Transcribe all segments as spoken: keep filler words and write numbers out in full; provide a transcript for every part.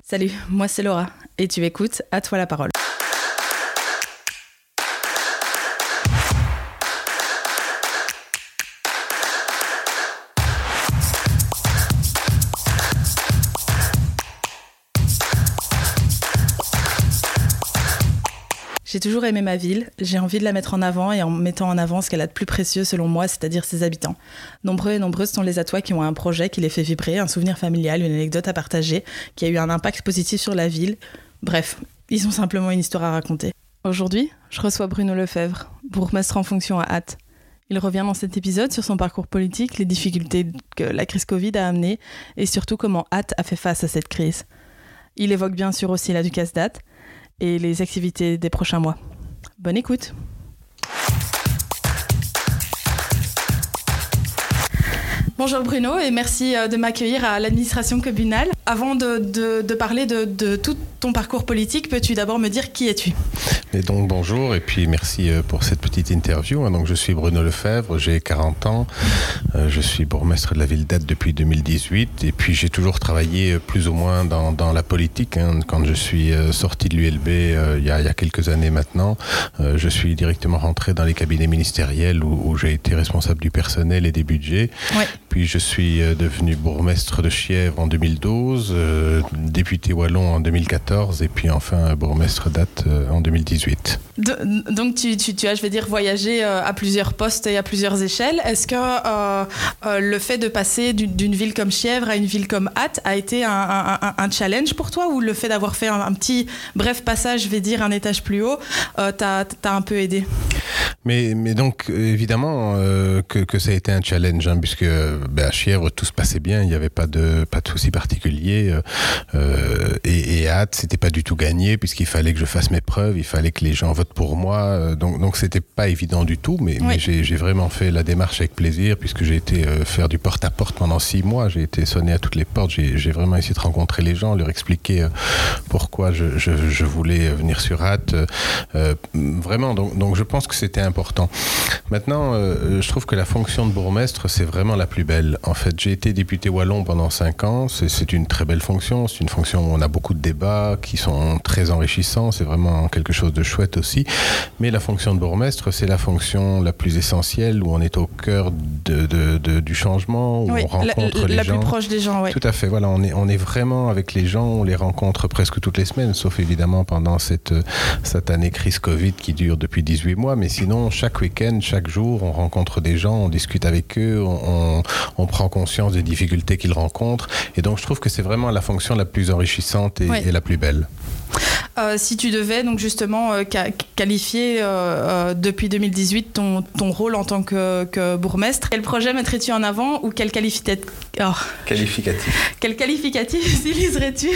Salut, moi c'est Laura et tu écoutes À toi la parole. J'ai toujours aimé ma ville, j'ai envie de la mettre en avant et en mettant en avant ce qu'elle a de plus précieux selon moi, c'est-à-dire ses habitants. Nombreux et nombreuses sont les Attois qui ont un projet qui les fait vibrer, un souvenir familial, une anecdote à partager, qui a eu un impact positif sur la ville. Bref, ils ont simplement une histoire à raconter. Aujourd'hui, je reçois Bruno Lefebvre, bourgmestre en fonction à Ath. Il revient dans cet épisode sur son parcours politique, les difficultés que la crise Covid a amenées et surtout comment Ath a fait face à cette crise. Il évoque bien sûr aussi la Ducasse d'Ath et les activités des prochains mois. Bonne écoute. Bonjour Bruno et merci de m'accueillir à l'administration communale. Avant de, de, de parler de, de tout ton parcours politique, peux-tu d'abord me dire qui es-tu ? Et donc bonjour et puis merci pour cette petite interview. Donc je suis Bruno Lefebvre, j'ai quarante ans, je suis bourgmestre de la ville d'Ath depuis deux mille dix-huit et puis j'ai toujours travaillé plus ou moins dans, dans la politique. Hein. Quand je suis sorti de l'U L B euh, il, y a, il y a quelques années maintenant, euh, je suis directement rentré dans les cabinets ministériels où, où j'ai été responsable du personnel et des budgets. Ouais. Puis je suis devenu bourgmestre de Chièvre en deux mille douze, euh, député wallon en deux mille quatorze et puis enfin bourgmestre d'Ath euh, en deux mille dix-huit. De, donc tu, tu, tu as, je vais dire, voyagé euh, à plusieurs postes et à plusieurs échelles. Est-ce que euh, euh, le fait de passer d'une, d'une ville comme Chièvre à une ville comme Ath a été un, un, un challenge pour toi, ou le fait d'avoir fait un, un petit bref passage, je vais dire, un étage plus haut, euh, t'a, t'a un peu aidé? Mais, mais donc, évidemment, euh, que, que ça a été un challenge, hein, puisque ben, à Chièvre, tout se passait bien, il n'y avait pas de, pas de soucis particuliers. Euh, et, et à Ath, c'était pas du tout gagné, puisqu'il fallait que je fasse mes preuves, il fallait que les gens votent pour moi. Donc, donc c'était pas évident du tout, mais, oui. mais j'ai, j'ai vraiment fait la démarche avec plaisir, puisque j'ai été euh, faire du porte-à-porte pendant six mois. J'ai été sonner à toutes les portes, j'ai, j'ai vraiment essayé de rencontrer les gens, leur expliquer euh, pourquoi je, je, je voulais venir sur Ath. Euh, vraiment, donc, donc je pense que c'était important. Maintenant, euh, je trouve que la fonction de bourgmestre, c'est vraiment la plus belle. En fait, j'ai été député wallon pendant cinq ans. C'est, c'est une très belle fonction. C'est une fonction où on a beaucoup de débats qui sont très enrichissants. C'est vraiment quelque chose de chouette aussi. Mais la fonction de bourgmestre, c'est la fonction la plus essentielle, où on est au cœur de, de, de, du changement, où oui, on rencontre la, les la gens. La plus proche des gens, oui. Tout à fait. Voilà, on est, on est vraiment avec les gens. On les rencontre presque toutes les semaines, sauf évidemment pendant cette, cette année crise Covid qui dure depuis dix-huit mois. Mais sinon, chaque week-end, chaque jour, on rencontre des gens, on discute avec eux, on, on, on prend conscience des difficultés qu'ils rencontrent. Et donc, je trouve que c'est vraiment la fonction la plus enrichissante et, oui. et la plus belle. Euh, si tu devais donc justement euh, ca- qualifier euh, euh, depuis deux mille dix-huit ton, ton rôle en tant que, que bourgmestre, quel projet mettrais-tu en avant ou quel qualificatif oh. Qualificatif. Quel qualificatif utiliserais-tu?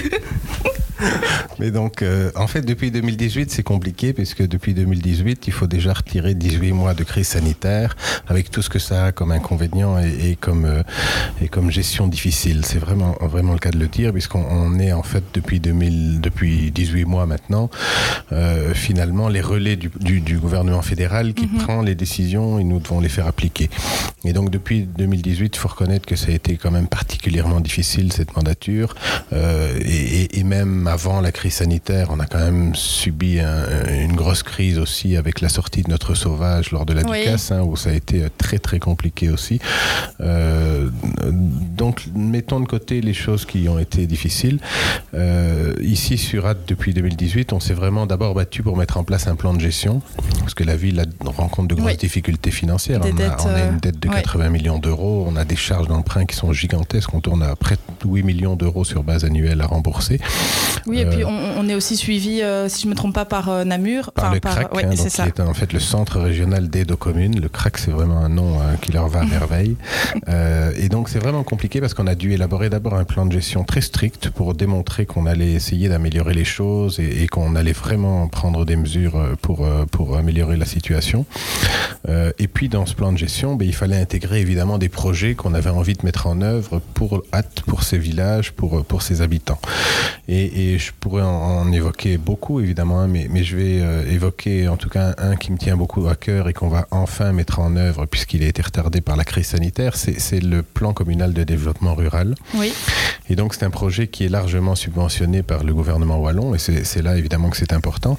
Mais donc, euh, en fait, depuis deux mille dix-huit, c'est compliqué, puisque depuis deux mille dix-huit, il faut déjà retirer dix-huit mois de crise sanitaire, avec tout ce que ça a comme inconvénient et, et, comme, euh, et comme gestion difficile. C'est vraiment, vraiment le cas de le dire, puisqu'on on est en fait depuis, deux mille, depuis dix-huit mois maintenant, euh, finalement, les relais du, du, du gouvernement fédéral qui mm-hmm. prend les décisions et nous devons les faire appliquer. Et donc, depuis deux mille dix-huit, il faut reconnaître que ça a été quand même particulièrement difficile, cette mandature, euh, et, et, et même avant la crise sanitaire, on a quand même subi un, une grosse crise aussi avec la sortie de notre sauvage lors de la oui. Ducasse, hein, où ça a été très très compliqué aussi. Euh, donc mettons de côté les choses qui ont été difficiles. Euh, ici sur Ath, depuis deux mille dix-huit, on s'est vraiment d'abord battu pour mettre en place un plan de gestion, parce que la ville a, rencontre de grosses oui. difficultés financières. On a, dettes, on a une dette de quatre-vingts oui. millions d'euros, on a des charges d'emprunt qui sont gigantesques, on tourne à près de huit millions d'euros sur base annuelle à rembourser. Oui, et euh, puis on, on est aussi suivi, euh, si je ne me trompe pas, par euh, Namur. Par enfin, le par, CRAC, ouais, hein, c'est donc, ça. Qui est en fait le Centre régional d'aide aux communes. Le CRAC, c'est vraiment un nom hein, qui leur va à merveille. euh, et donc, c'est vraiment compliqué parce qu'on a dû élaborer d'abord un plan de gestion très strict pour démontrer qu'on allait essayer d'améliorer les choses et, et qu'on allait vraiment prendre des mesures pour, pour améliorer la situation. Euh, et puis, dans ce plan de gestion, ben, il fallait intégrer évidemment des projets qu'on avait envie de mettre en œuvre pour Ath, pour ces villages, pour, pour ses habitants. Et, et je pourrais en, en évoquer beaucoup, évidemment, hein, mais, mais je vais euh, évoquer en tout cas un, un qui me tient beaucoup à cœur et qu'on va enfin mettre en œuvre puisqu'il a été retardé par la crise sanitaire, c'est, c'est le plan communal de développement rural. Oui. Et donc, c'est un projet qui est largement subventionné par par le gouvernement wallon, et c'est, c'est là évidemment que c'est important.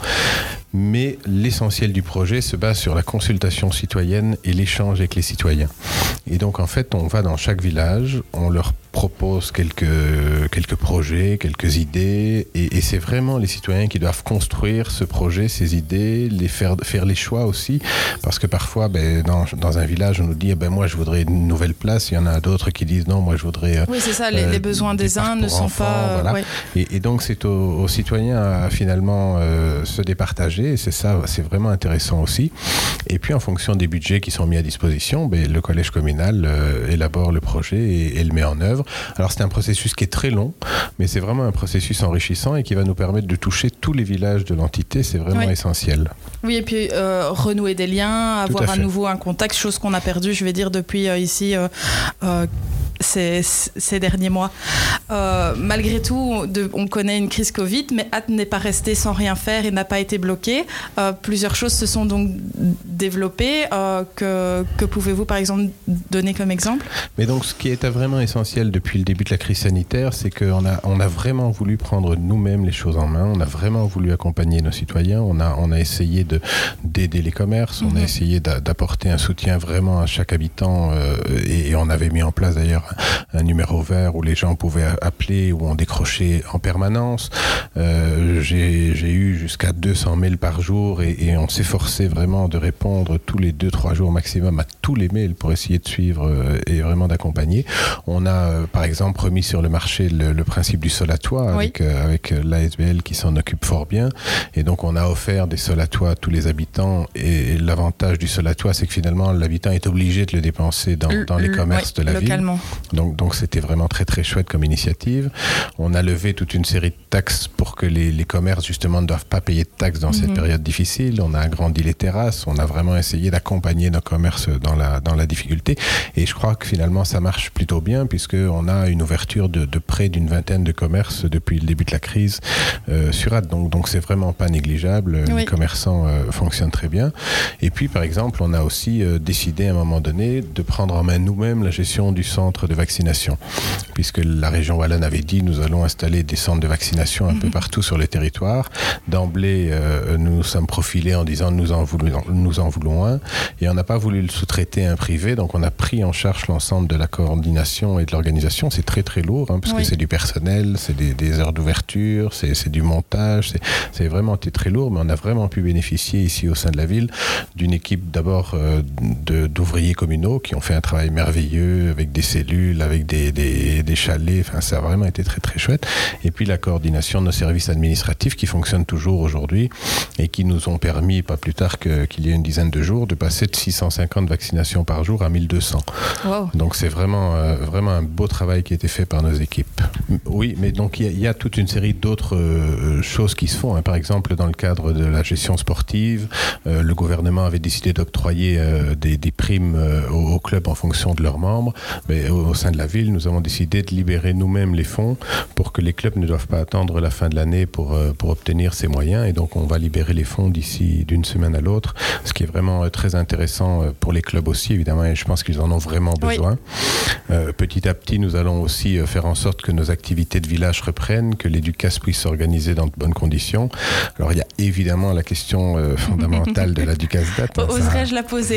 Mais l'essentiel du projet se base sur la consultation citoyenne et l'échange avec les citoyens. Et donc en fait, on va dans chaque village, on leur propose quelques, quelques projets, quelques idées, et, et c'est vraiment les citoyens qui doivent construire ce projet, ces idées, les faire, faire les choix aussi, parce que parfois, ben, dans, dans un village, on nous dit, eh ben, moi je voudrais une nouvelle place, il y en a d'autres qui disent, non, moi je voudrais... Oui, c'est ça, les, euh, les besoins des, des uns ne sont enfants, pas... Voilà. Ouais. Et, et donc c'est aux, aux citoyens à finalement euh, se départager, et c'est ça, c'est vraiment intéressant aussi. Et puis en fonction des budgets qui sont mis à disposition, ben, le collège communal euh, élabore le projet et, et le met en œuvre. Alors c'est un processus qui est très long, mais c'est vraiment un processus enrichissant et qui va nous permettre de toucher tous les villages de l'entité, c'est vraiment oui. essentiel. Oui, et puis euh, renouer des liens, avoir à, à nouveau un contact, chose qu'on a perdue, je vais dire, depuis euh, ici... Euh, euh, Ces, ces derniers mois. Euh, malgré tout, de, on connaît une crise Covid, mais Ath n'est pas resté sans rien faire et n'a pas été bloqué. Euh, plusieurs choses se sont donc développées. Euh, que, que pouvez-vous, par exemple, donner comme exemple ? Mais donc, ce qui est vraiment essentiel depuis le début de la crise sanitaire, c'est qu'on a, on a vraiment voulu prendre nous-mêmes les choses en main. On a vraiment voulu accompagner nos citoyens. On a, on a essayé de, d'aider les commerces. On mm-hmm. a essayé d'a, d'apporter un soutien vraiment à chaque habitant. Euh, et, et on avait mis en place, d'ailleurs, un numéro vert où les gens pouvaient appeler, où on décrochait en permanence. Euh, j'ai, j'ai eu jusqu'à deux cents mails par jour et, et on s'efforçait vraiment de répondre tous les deux trois jours maximum à tous les mails pour essayer de suivre euh, et vraiment d'accompagner. On a euh, par exemple remis sur le marché le, le principe du sol à toit avec, oui. euh, avec l'A S B L qui s'en occupe fort bien. Et donc on a offert des sols à toit à tous les habitants et l'avantage du sol à toit, c'est que finalement l'habitant est obligé de le dépenser dans, dans les commerces oui, de la localement. ville. Donc, donc c'était vraiment très très chouette comme initiative. On a levé toute une série de taxes pour que les, les commerces justement ne doivent pas payer de taxes dans mm-hmm. cette période difficile. On a agrandi les terrasses, on a vraiment essayé d'accompagner nos commerces dans la, dans la difficulté. Et je crois que finalement ça marche plutôt bien puisqu'on a une ouverture de, de près d'une vingtaine de commerces depuis le début de la crise euh, sur Ath. Donc, donc c'est vraiment pas négligeable. Oui. Les commerçants euh, fonctionnent très bien. Et puis par exemple, on a aussi euh, décidé à un moment donné de prendre en main nous-mêmes la gestion du centre de vaccination, puisque la région wallonne avait dit nous allons installer des centres de vaccination un mmh. peu partout sur le territoire. D'emblée, euh, nous nous sommes profilés en disant nous en voulons, nous en voulons un, et on n'a pas voulu le sous-traiter à un privé, donc on a pris en charge l'ensemble de la coordination et de l'organisation. C'est très très lourd, hein, parce oui. que c'est du personnel, c'est des, des heures d'ouverture, c'est, c'est du montage, c'est, c'est vraiment été très lourd, mais on a vraiment pu bénéficier ici au sein de la ville d'une équipe d'abord euh, de, d'ouvriers communaux qui ont fait un travail merveilleux avec des cellules, avec des, des, des chalets, enfin ça a vraiment été très très chouette. Et puis la coordination de nos services administratifs qui fonctionnent toujours aujourd'hui et qui nous ont permis, pas plus tard que, qu'il y a une dizaine de jours, de passer de six cent cinquante vaccinations par jour à mille deux cents. Wow. Donc c'est vraiment, euh, vraiment un beau travail qui a été fait par nos équipes. Oui, mais donc il y, y a toute une série d'autres euh, choses qui se font. Hein. Par exemple, dans le cadre de la gestion sportive, euh, le gouvernement avait décidé d'octroyer euh, des, des primes euh, aux, aux clubs en fonction de leurs membres. Mais au, au sein de la ville, nous avons décidé de libérer nous-mêmes les fonds pour que les clubs ne doivent pas attendre la fin de l'année pour, euh, pour obtenir ces moyens. Et donc, on va libérer les fonds d'ici d'une semaine à l'autre, ce qui est vraiment euh, très intéressant pour les clubs aussi, évidemment, et je pense qu'ils en ont vraiment besoin. Oui. Euh, petit à petit, nous allons aussi euh, faire en sorte que nos activités de village reprennent, que l'éducation puisse s'organiser dans de bonnes conditions. Alors, il y a évidemment la question euh, fondamentale de la Ducasdat. Hein, Oserais-je ça... la poser?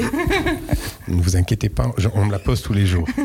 Ne vous inquiétez pas, on me la pose tous les jours.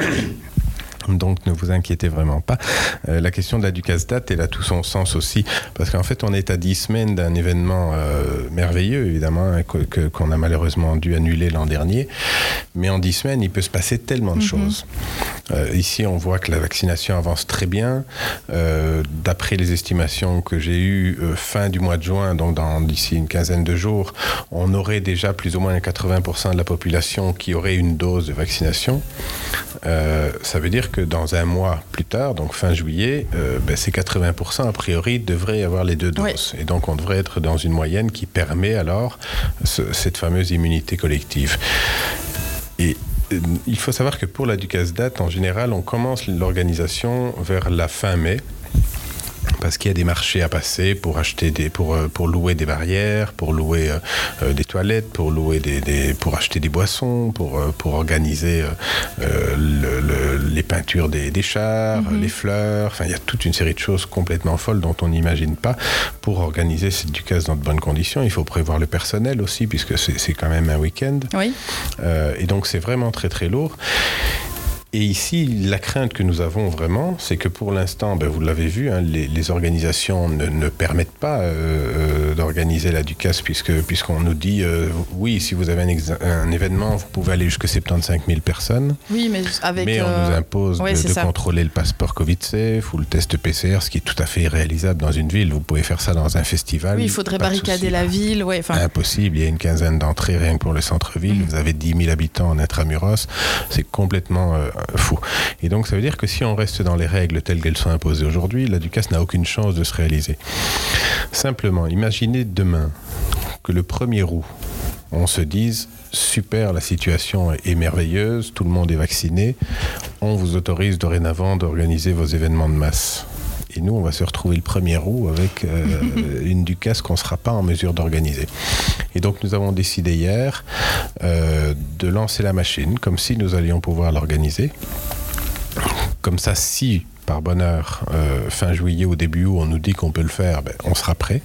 Donc ne vous inquiétez vraiment pas. Euh, la question de la Ducasdat, elle a tout son sens aussi, parce qu'en fait on est à dix semaines d'un événement euh, merveilleux évidemment, hein, que, que, qu'on a malheureusement dû annuler l'an dernier, mais en dix semaines il peut se passer tellement de mm-hmm. choses. Euh, ici on voit que la vaccination avance très bien, euh, d'après les estimations que j'ai eues euh, fin du mois de juin, donc dans, d'ici une quinzaine de jours, on aurait déjà plus ou moins quatre-vingts pour cent de la population qui aurait une dose de vaccination. Euh, ça veut dire que dans un mois plus tard, donc fin juillet, euh, ben ces quatre-vingts pour cent a priori devraient avoir les deux doses. Oui. Et donc on devrait être dans une moyenne qui permet alors ce, cette fameuse immunité collective. Et euh, il faut savoir que pour la Ducasdat, en général, on commence l'organisation vers la fin mai. parce qu'il y a des marchés à passer pour acheter des, pour, pour louer des barrières, pour louer euh, des toilettes, pour louer des, des, pour acheter des boissons, pour, pour organiser euh, le, le, les peintures des, des chars, mm-hmm. les fleurs. Enfin, il y a toute une série de choses complètement folles dont on n'imagine pas. Pour organiser cette ducasse dans de bonnes conditions, il faut prévoir le personnel aussi, puisque c'est, c'est quand même un week-end. Oui. Euh, et donc, c'est vraiment très, très lourd. Et ici, la crainte que nous avons vraiment, c'est que pour l'instant, ben vous l'avez vu, hein, les, les organisations ne, ne permettent pas euh, d'organiser la ducasse, puisque, puisqu'on nous dit, euh, oui, si vous avez un, ex- un événement, vous pouvez aller jusqu'à soixante-quinze mille personnes. Oui, mais avec... Mais on euh... nous impose ouais, de, de contrôler le passeport Covid-safe ou le test P C R, ce qui est tout à fait irréalisable dans une ville. Vous pouvez faire ça dans un festival. Oui, il faudrait barricader la ville. Ouais, impossible, il y a une quinzaine d'entrées rien que pour le centre-ville. Mmh. Vous avez dix mille habitants en intramuros. C'est complètement... Euh, fou. Et donc ça veut dire que si on reste dans les règles telles qu'elles sont imposées aujourd'hui, la ducasse n'a aucune chance de se réaliser. Simplement, imaginez demain que le premier août, on se dise super, la situation est merveilleuse, tout le monde est vacciné, on vous autorise dorénavant d'organiser vos événements de masse. Et nous, on va se retrouver le premier août avec euh, une ducasse qu'on ne sera pas en mesure d'organiser. Et donc, nous avons décidé hier euh, de lancer la machine, comme si nous allions pouvoir l'organiser. Comme ça, si par bonheur, euh, fin juillet ou début août, on nous dit qu'on peut le faire, ben, on sera prêt.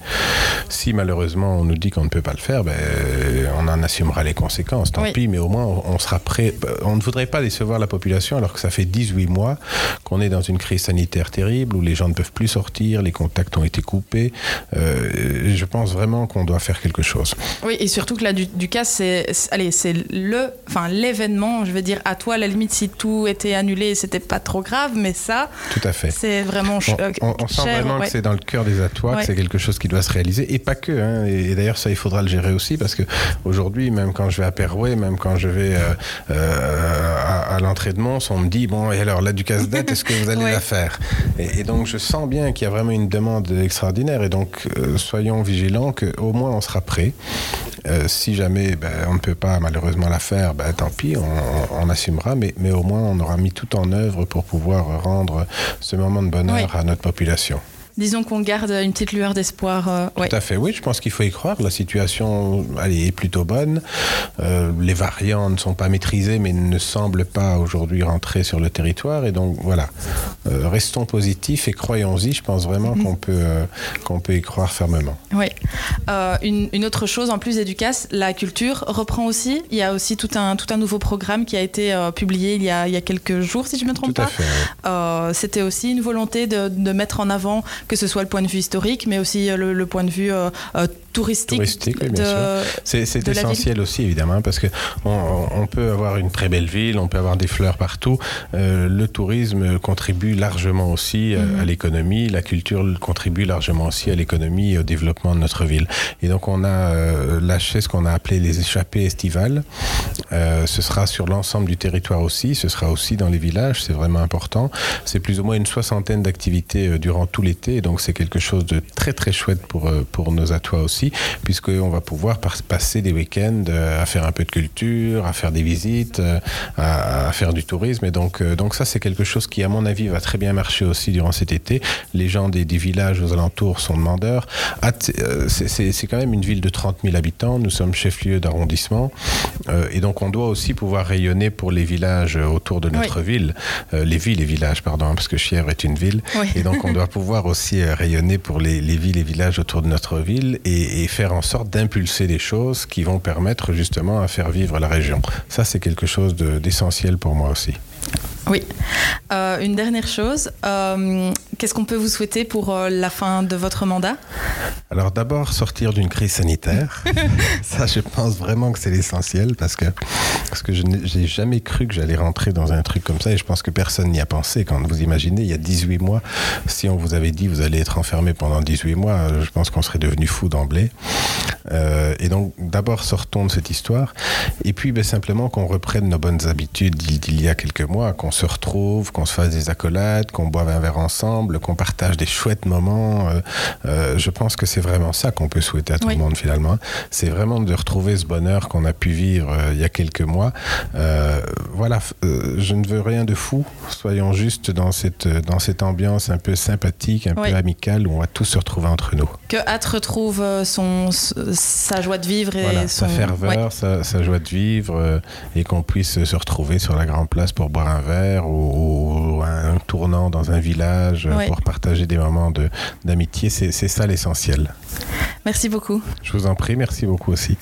Si malheureusement on nous dit qu'on ne peut pas le faire, ben, on en assumera les conséquences. Tant oui. pis, mais au moins on, on sera prêt. On ne voudrait pas décevoir la population alors que ça fait dix-huit mois qu'on est dans une crise sanitaire terrible où les gens ne peuvent plus sortir, les contacts ont été coupés. Euh, je pense vraiment qu'on doit faire quelque chose. Oui, et surtout que là, du, du cas, c'est, c'est, allez, c'est le, enfin, l'événement, je veux dire, à toi, à la limite, si tout était annulé, c'était pas trop grave, mais ça... Tout à fait. C'est vraiment ch- on, on, on sent cher, vraiment ouais. que c'est dans le cœur des Atois, ouais. que c'est quelque chose qui doit se réaliser, et pas que. Hein. Et, et d'ailleurs, ça, il faudra le gérer aussi, parce qu'aujourd'hui, même quand je vais à Perouet, même quand je vais euh, euh, à, à l'entrée de Mons, on me dit, bon, et alors, la ducasse date, est-ce que vous allez ouais. la faire ? et, et donc, je sens bien qu'il y a vraiment une demande extraordinaire, et donc, euh, soyons vigilants qu'au moins, on sera prêt. Euh, si jamais ben, on ne peut pas malheureusement la faire, ben, tant pis, on, on assumera, mais, mais au moins, on aura mis tout en œuvre pour pouvoir rendre ce moment de bonheur oui. à notre population. Disons qu'on garde une petite lueur d'espoir. Euh, Tout ouais. à fait, oui, je pense qu'il faut y croire. La situation allez, est plutôt bonne. Euh, les variants ne sont pas maîtrisés, mais ne semblent pas aujourd'hui rentrer sur le territoire. Et donc, voilà, euh, restons positifs et croyons-y. Je pense vraiment mmh. qu'on peut, euh, qu'on peut y croire fermement. Oui. Euh, une, une autre chose, en plus des ducasses, la culture reprend aussi. Il y a aussi tout un, tout un nouveau programme qui a été euh, publié il y a, il y a quelques jours, si je ne me trompe tout pas. À fait, oui. euh, c'était aussi une volonté de, de mettre en avant que ce soit le point de vue historique, mais aussi le, le point de vue euh, euh, touristique. Touristique, oui, bien de, sûr. C'est, c'est essentiel aussi, évidemment, parce qu'on on peut avoir une très belle ville, on peut avoir des fleurs partout. Euh, le tourisme contribue largement aussi euh, mm-hmm. à l'économie, la culture contribue largement aussi à l'économie et au développement de notre ville. Et donc, on a euh, lâché ce qu'on a appelé les échappées estivales. Euh, ce sera sur l'ensemble du territoire aussi, ce sera aussi dans les villages, c'est vraiment important. C'est plus ou moins une soixantaine d'activités euh, durant tout l'été. Donc, c'est quelque chose de très, très chouette pour, pour nos Atois aussi, puisqu'on va pouvoir passer des week-ends à faire un peu de culture, à faire des visites, à, à faire du tourisme. Et donc, donc ça, c'est quelque chose qui, à mon avis, va très bien marcher aussi durant cet été. Les gens des, des villages aux alentours sont demandeurs. C'est, c'est, c'est quand même une ville de trente mille habitants. Nous sommes chef-lieu d'arrondissement. Et donc, on doit aussi pouvoir rayonner pour les villages autour de notre oui. ville. Les villes et villages, pardon, parce que Chièvre est une ville. Oui. Et donc, on doit pouvoir aussi aussi rayonner pour les, les villes et villages autour de notre ville et, et faire en sorte d'impulser des choses qui vont permettre justement à faire vivre la région. Ça, c'est quelque chose de, d'essentiel pour moi aussi. Oui. Euh, une dernière chose, euh, qu'est-ce qu'on peut vous souhaiter pour euh, la fin de votre mandat ? Alors d'abord, sortir d'une crise sanitaire. Ça, je pense vraiment que c'est l'essentiel parce que, parce que je n'ai jamais cru que j'allais rentrer dans un truc comme ça et je pense que personne n'y a pensé. Quand vous imaginez, il y a dix-huit mois, si on vous avait dit vous allez être enfermé pendant dix-huit mois, je pense qu'on serait devenu fou d'emblée. Euh, et donc d'abord, sortons de cette histoire et puis ben, simplement qu'on reprenne nos bonnes habitudes d'il, d'il y a quelques mois, qu'on se retrouve, qu'on se fasse des accolades, qu'on boive un verre ensemble, qu'on partage des chouettes moments. Euh, euh, je pense que c'est vraiment ça qu'on peut souhaiter à tout oui. le monde finalement. C'est vraiment de retrouver ce bonheur qu'on a pu vivre euh, il y a quelques mois. Euh, voilà, euh, je ne veux rien de fou. Soyons juste dans cette, dans cette ambiance un peu sympathique, un oui. peu amicale, où on va tous se retrouver entre nous. Que Hâte retrouve son, sa joie de vivre et voilà, son... sa ferveur, ouais. sa, sa joie de vivre, euh, et qu'on puisse se retrouver sur la grande place pour boire un verre ou, ou un, un tournant dans un village oui. pour partager des moments de, d'amitié. C'est, c'est ça l'essentiel. Merci beaucoup. Je vous en prie, merci beaucoup aussi.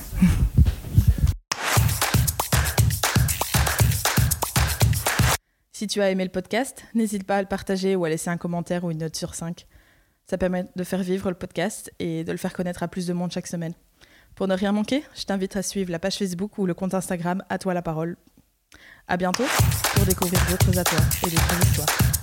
Si tu as aimé le podcast, n'hésite pas à le partager ou à laisser un commentaire ou une note sur cinq. Ça permet de faire vivre le podcast et de le faire connaître à plus de monde chaque semaine. Pour ne rien manquer, je t'invite à suivre la page Facebook ou le compte Instagram À toi la parole. À bientôt pour découvrir d'autres à toi et d'autres histoires.